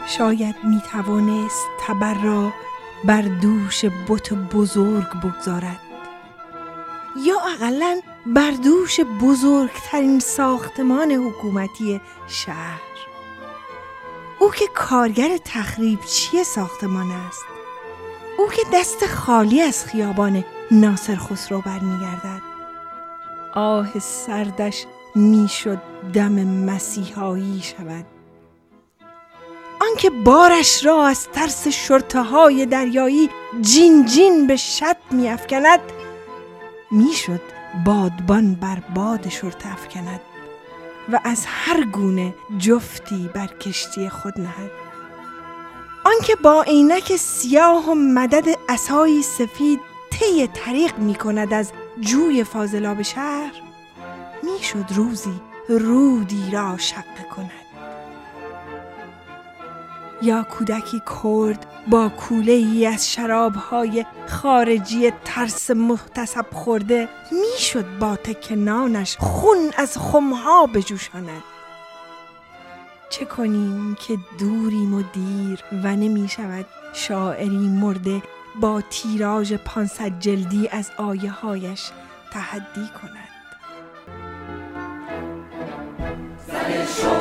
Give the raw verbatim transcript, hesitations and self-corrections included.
شاید می توانست تبر را بر دوش بت بزرگ بگذارد یا اقلن بر دوش بزرگترین ساختمان حکومتی شهر. او که کارگر تخریب چی ساختمان است، او که دست خالی از خیابان ناصر خسرو برمیگردد. آه سردش میشد دم مسیحایی شود. آنکه بارش را از ترس شرطه‌های دریایی جین جین به شط می‌افکند، میشد بادبان بر باد شرطه افکند و از هر گونه جفتی بر کشتی خود نهد. آنکه با عینک سیاه و مدد عصایی سفید طی طریق می‌کند از جوی فاضلاب شهر، میشد روزی رودی را شقه کند. یا کودکی کرد با کوله‌ای از شراب‌های خارجی ترس محتسب خورده میشد با تکه نانش خون از خمها بجوشاند. چه کنیم که دوریم و دیر و نمی شود شاعری مرده با تیراژ پانصد جلدی از آیه هایش تحدی کند.